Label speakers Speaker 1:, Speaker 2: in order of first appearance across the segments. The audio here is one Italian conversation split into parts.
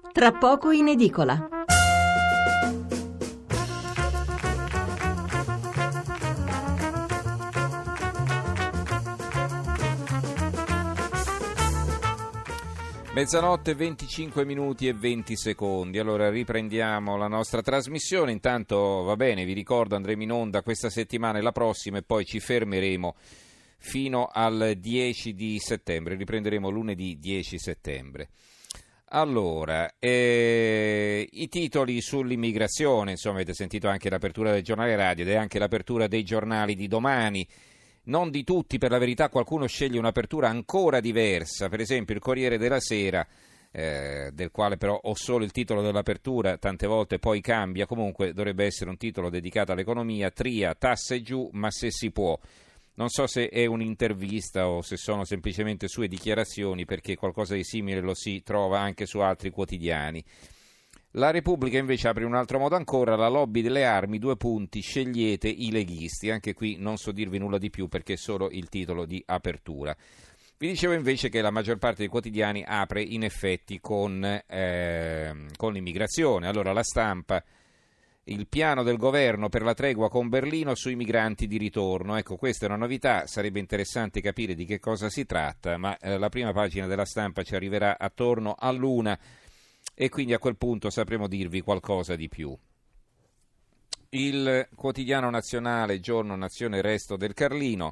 Speaker 1: tra poco in edicola.
Speaker 2: Mezzanotte, 25 minuti e 20 secondi. Allora riprendiamo la nostra trasmissione. Intanto va bene, vi ricordo, andremo in onda questa settimana e la prossima e poi ci fermeremo fino al 10 di settembre. Riprenderemo lunedì 10 settembre. Allora, i titoli sull'immigrazione, insomma avete sentito anche l'apertura del giornale radio ed è anche l'apertura dei giornali di domani. Non di tutti, per la verità, qualcuno sceglie un'apertura ancora diversa, per esempio il Corriere della Sera, del quale però ho solo il titolo dell'apertura, tante volte poi cambia, comunque dovrebbe essere un titolo dedicato all'economia, tria, tasse giù, ma se si può. Non so se è un'intervista o se sono semplicemente sue dichiarazioni, perché qualcosa di simile lo si trova anche su altri quotidiani. La Repubblica invece apre in un altro modo ancora, la lobby delle armi, 2 punti, scegliete i leghisti. Anche qui non so dirvi nulla di più perché è solo il titolo di apertura. Vi dicevo invece che la maggior parte dei quotidiani apre in effetti con l'immigrazione. Allora la Stampa, il piano del governo per la tregua con Berlino sui migranti di ritorno. Ecco, questa è una novità, sarebbe interessante capire di che cosa si tratta, ma la prima pagina della Stampa ci arriverà attorno all'1. E quindi a quel punto sapremo dirvi qualcosa di più. Il quotidiano nazionale, Giorno, Nazione, Resto del Carlino,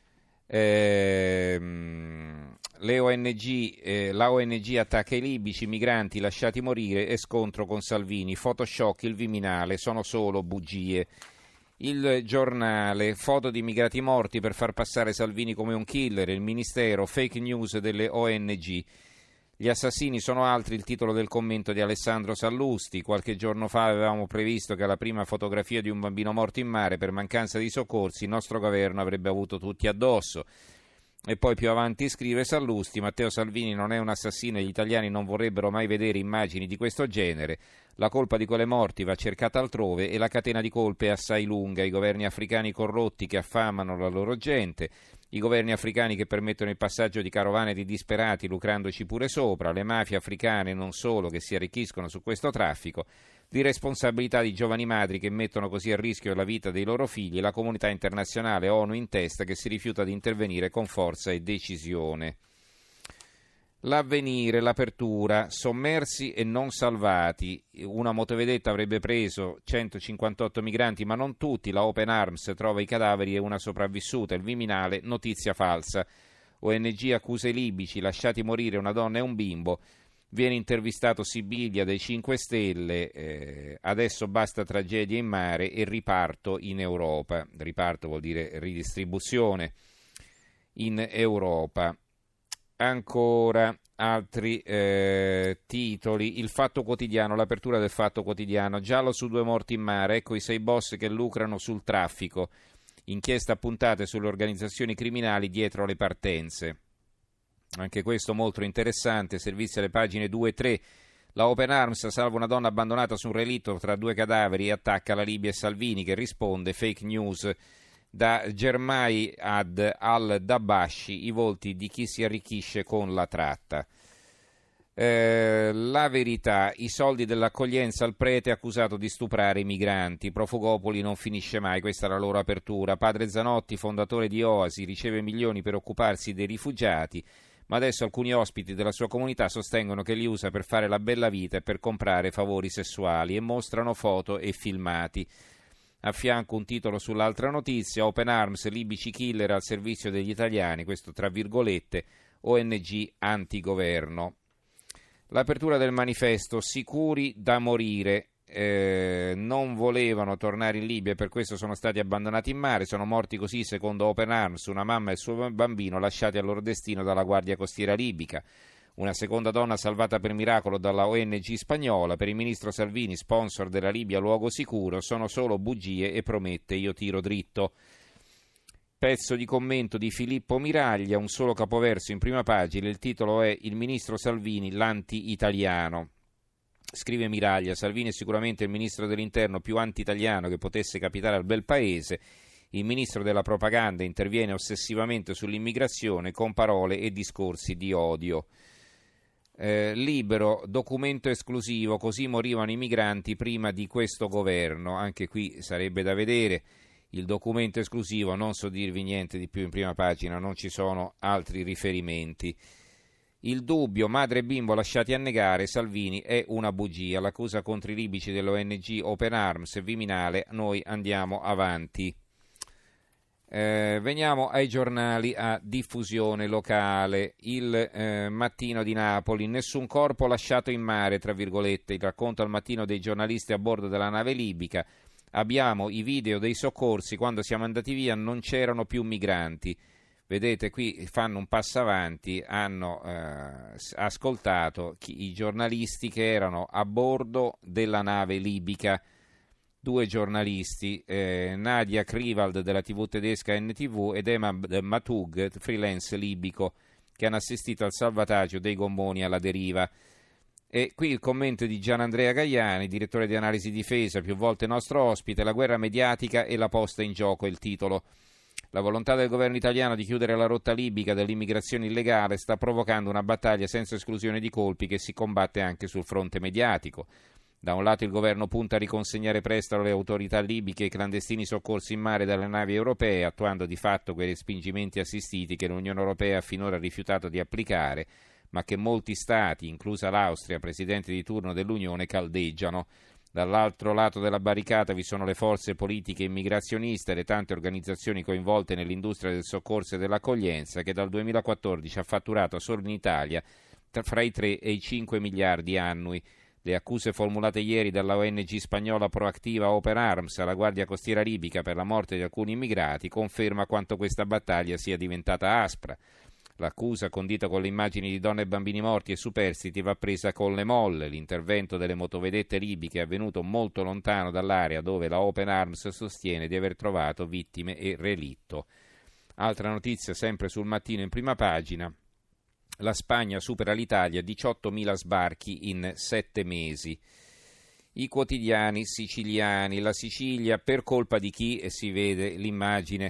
Speaker 2: le ONG, la ONG attacca i libici, migranti lasciati morire e scontro con Salvini, Photoshock, il Viminale, sono solo bugie. Il Giornale, foto di immigrati morti per far passare Salvini come un killer, il Ministero, fake news delle ONG. Gli assassini sono altri, il titolo del commento di Alessandro Sallusti. Qualche giorno fa avevamo previsto che alla prima fotografia di un bambino morto in mare per mancanza di soccorsi il nostro governo avrebbe avuto tutti addosso. E poi più avanti scrive Sallusti, Matteo Salvini non è un assassino e gli italiani non vorrebbero mai vedere immagini di questo genere. La colpa di quelle morti va cercata altrove e la catena di colpe è assai lunga. I governi africani corrotti che affamano la loro gente, i governi africani che permettono il passaggio di carovane di disperati lucrandoci pure sopra, le mafie africane non solo che si arricchiscono su questo traffico, l'irresponsabilità di giovani madri che mettono così a rischio la vita dei loro figli, la comunità internazionale ONU in testa che si rifiuta di intervenire con forza e decisione. L'Avvenire, l'apertura, sommersi e non salvati, una motovedetta avrebbe preso 158 migranti ma non tutti, la Open Arms trova i cadaveri e una sopravvissuta, il Viminale, notizia falsa, ONG accusa i libici, lasciati morire una donna e un bimbo, viene intervistato Sibilia dei 5 Stelle, adesso basta tragedie in mare e riparto in Europa, riparto vuol dire ridistribuzione in Europa. Ancora altri titoli, il Fatto Quotidiano, l'apertura del Fatto Quotidiano, giallo su 2 morti in mare, ecco i 6 boss che lucrano sul traffico, inchieste appuntate sulle organizzazioni criminali dietro le partenze. Anche questo molto interessante, servizi alle pagine 2 e 3. La Open Arms salva una donna abbandonata su un relitto tra 2 cadaveri e attacca la Libia e Salvini che risponde, fake news. Da Germai al-Dabashi, i volti di chi si arricchisce con la tratta. La Verità, i soldi dell'accoglienza al prete accusato di stuprare i migranti. Profugopoli non finisce mai, questa è la loro apertura. Padre Zanotti, fondatore di Oasi, riceve milioni per occuparsi dei rifugiati, ma adesso alcuni ospiti della sua comunità sostengono che li usa per fare la bella vita e per comprare favori sessuali e mostrano foto e filmati. A fianco un titolo sull'altra notizia, Open Arms, libici killer al servizio degli italiani, questo tra virgolette, ONG antigoverno. L'apertura del manifesto, sicuri da morire, non volevano tornare in Libia e per questo sono stati abbandonati in mare, sono morti così secondo Open Arms, una mamma e il suo bambino lasciati al loro destino dalla Guardia Costiera libica. Una seconda donna salvata per miracolo dalla ONG spagnola, per il ministro Salvini, sponsor della Libia luogo sicuro, sono solo bugie e promette io tiro dritto. Pezzo di commento di Filippo Miraglia, un solo capoverso in prima pagina, il titolo è Il ministro Salvini, l'anti-italiano. Scrive Miraglia, Salvini è sicuramente il ministro dell'interno più anti-italiano che potesse capitare al bel paese. Il ministro della propaganda interviene ossessivamente sull'immigrazione con parole e discorsi di odio. Libero, documento esclusivo, così morivano i migranti prima di questo governo. Anche qui sarebbe da vedere il documento esclusivo, non so dirvi niente di più in prima pagina, non ci sono altri riferimenti. Il dubbio, madre e bimbo lasciati annegare, Salvini è una bugia, l'accusa contro i libici dell'ONG Open Arms, Viminale, noi andiamo avanti. Veniamo ai giornali a diffusione locale. Il Mattino di Napoli, nessun corpo lasciato in mare, tra virgolette, il racconto al mattino dei giornalisti a bordo della nave libica. Abbiamo i video dei soccorsi, quando siamo andati via non c'erano più migranti. Vedete, qui fanno un passo avanti, hanno ascoltato i giornalisti che erano a bordo della nave libica. Due giornalisti, Nadia Krivald della TV tedesca NTV ed Emad Matug, freelance libico, che hanno assistito al salvataggio dei gommoni alla deriva. E qui il commento di Gianandrea Gaiani, direttore di analisi difesa, più volte nostro ospite, la guerra mediatica e la posta in gioco è il titolo. La volontà del governo italiano di chiudere la rotta libica dell'immigrazione illegale sta provocando una battaglia senza esclusione di colpi che si combatte anche sul fronte mediatico. Da un lato il governo punta a riconsegnare presto alle autorità libiche i clandestini soccorsi in mare dalle navi europee, attuando di fatto quei respingimenti assistiti che l'Unione Europea ha finora rifiutato di applicare, ma che molti Stati, inclusa l'Austria, presidente di turno dell'Unione, caldeggiano. Dall'altro lato della barricata vi sono le forze politiche immigrazioniste e le tante organizzazioni coinvolte nell'industria del soccorso e dell'accoglienza, che dal 2014 ha fatturato solo in Italia fra i 3 e i 5 miliardi annui. Le accuse formulate ieri dalla ONG spagnola proattiva Open Arms alla Guardia Costiera libica per la morte di alcuni immigrati conferma quanto questa battaglia sia diventata aspra. L'accusa, condita con le immagini di donne e bambini morti e superstiti, va presa con le molle. L'intervento delle motovedette libiche è avvenuto molto lontano dall'area dove la Open Arms sostiene di aver trovato vittime e relitto. Altra notizia sempre sul Mattino in prima pagina. La Spagna supera l'Italia, 18.000 sbarchi in 7 mesi. I quotidiani siciliani, la Sicilia per colpa di chi, e si vede l'immagine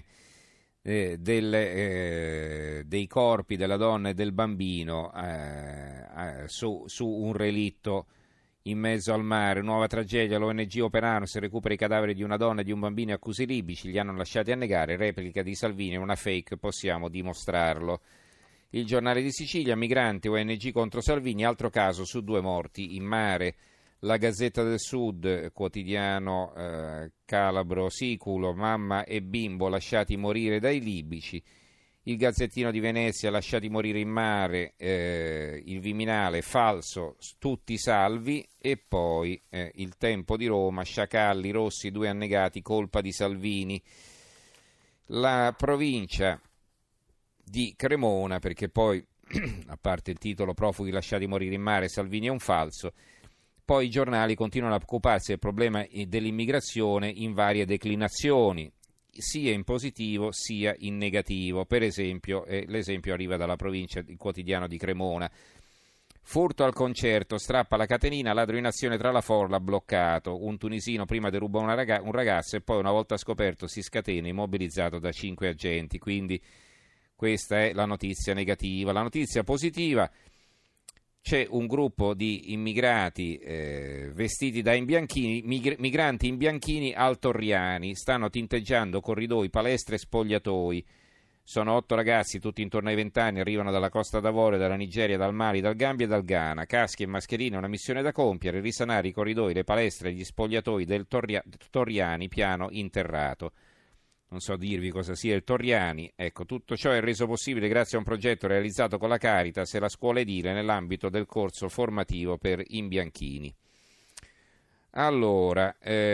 Speaker 2: dei corpi della donna e del bambino su un relitto in mezzo al mare. Nuova tragedia, l'ONG Open Arms recupera i cadaveri di una donna e di un bambino accuse libici, li hanno lasciati annegare, replica di Salvini, una fake, possiamo dimostrarlo. Il Giornale di Sicilia, migranti, ONG contro Salvini, altro caso su 2 morti in mare. La Gazzetta del Sud, quotidiano calabro, siculo, mamma e bimbo lasciati morire dai libici. Il Gazzettino di Venezia, lasciati morire in mare, il Viminale, falso, tutti salvi. E poi il Tempo di Roma, sciacalli rossi, 2 annegati, colpa di Salvini. La Provincia di Cremona, perché poi, a parte il titolo profughi lasciati morire in mare, Salvini è un falso, poi i giornali continuano a occuparsi del problema dell'immigrazione in varie declinazioni, sia in positivo sia in negativo. Per esempio, l'esempio arriva dalla Provincia, il quotidiano di Cremona. Furto al concerto, strappa la catenina, ladro in azione tra la folla, bloccato. Un tunisino prima deruba un ragazzo e poi una volta scoperto si scatena, immobilizzato da 5 agenti. Quindi questa è la notizia negativa. La notizia positiva: c'è un gruppo di immigrati vestiti da imbianchini, migranti imbianchini altorriani, stanno tinteggiando corridoi, palestre e spogliatoi. Sono 8 ragazzi, tutti intorno ai 20 anni, arrivano dalla Costa d'Avorio, dalla Nigeria, dal Mali, dal Gambia e dal Ghana. Caschi e mascherine, una missione da compiere: risanare i corridoi, le palestre e gli spogliatoi del Torriani, piano interrato. Non so dirvi cosa sia il Torriani. Ecco, tutto ciò è reso possibile grazie a un progetto realizzato con la Caritas e la scuola edile nell'ambito del corso formativo per imbianchini. Allora,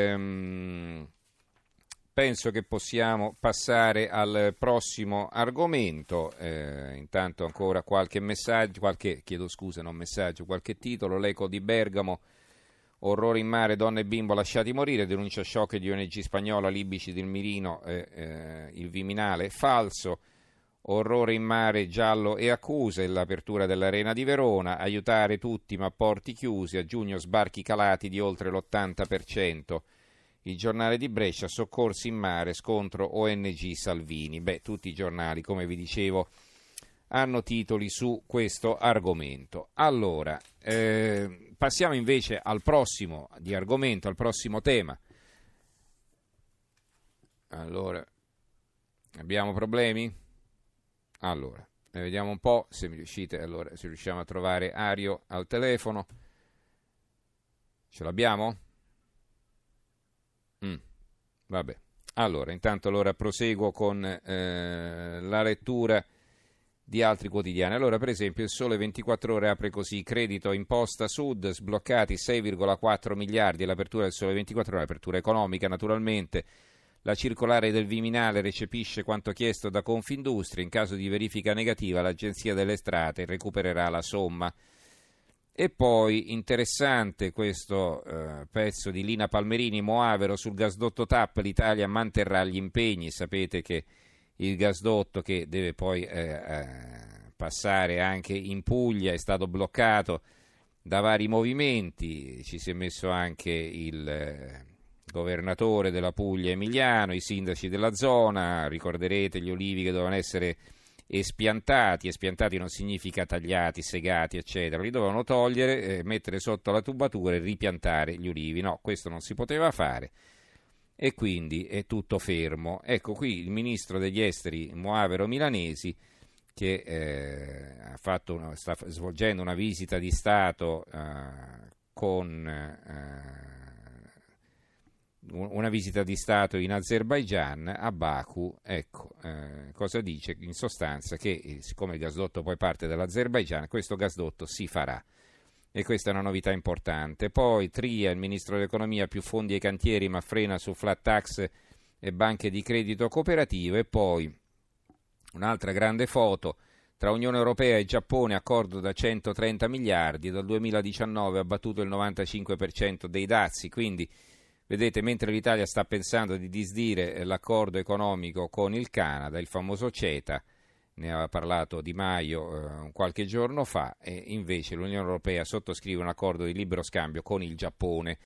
Speaker 2: penso che possiamo passare al prossimo argomento. Intanto ancora qualche messaggio, qualche titolo. L'Eco di Bergamo. Orrore in mare, donne e bimbo lasciati morire, denuncia shock di ONG spagnola, libici del Mirino, il Viminale, falso. Orrore in mare, giallo e accuse, l'apertura dell'Arena di Verona, aiutare tutti ma porti chiusi, a giugno sbarchi calati di oltre l'80%. Il Giornale di Brescia, soccorsi in mare, scontro ONG Salvini. Tutti i giornali, come vi dicevo hanno titoli su questo argomento. Allora, passiamo invece al prossimo di argomento, al prossimo tema. Allora, abbiamo problemi? Allora, vediamo un po' se mi riuscite, allora, se riusciamo a trovare Ario al telefono. Ce l'abbiamo? Vabbè. Allora, intanto proseguo con la lettura di altri quotidiani. Allora, per esempio, il Sole 24 Ore apre così: credito imposta Sud, sbloccati 6,4 miliardi. L'apertura del Sole 24 Ore, apertura economica naturalmente. La circolare del Viminale recepisce quanto chiesto da Confindustria. In caso di verifica negativa, l'Agenzia delle Entrate recupererà la somma. E poi interessante questo pezzo di Lina Palmerini, Moavero sul gasdotto TAP, l'Italia manterrà gli impegni. Sapete che il gasdotto che deve poi passare anche in Puglia è stato bloccato da vari movimenti, ci si è messo anche il governatore della Puglia Emiliano, i sindaci della zona, ricorderete gli olivi che dovevano essere espiantati non significa tagliati, segati eccetera, li dovevano togliere, mettere sotto la tubatura e ripiantare gli ulivi. No, questo non si poteva fare e quindi è tutto fermo. Ecco qui il ministro degli esteri Moavero Milanesi che sta svolgendo una visita di Stato una visita di Stato in Azerbaigian, a Baku. Ecco, cosa dice? In sostanza che siccome il gasdotto poi parte dall'Azerbaigian, questo gasdotto si farà. E questa è una novità importante. Poi Tria, il ministro dell'economia, più fondi ai cantieri ma frena su flat tax e banche di credito cooperativo. E poi un'altra grande foto tra Unione Europea e Giappone, accordo da 130 miliardi, dal 2019 ha battuto il 95% dei dazi, quindi vedete, mentre l'Italia sta pensando di disdire l'accordo economico con il Canada, il famoso CETA, ne aveva parlato Di Maio qualche giorno fa, e invece l'Unione Europea sottoscrive un accordo di libero scambio con il Giappone.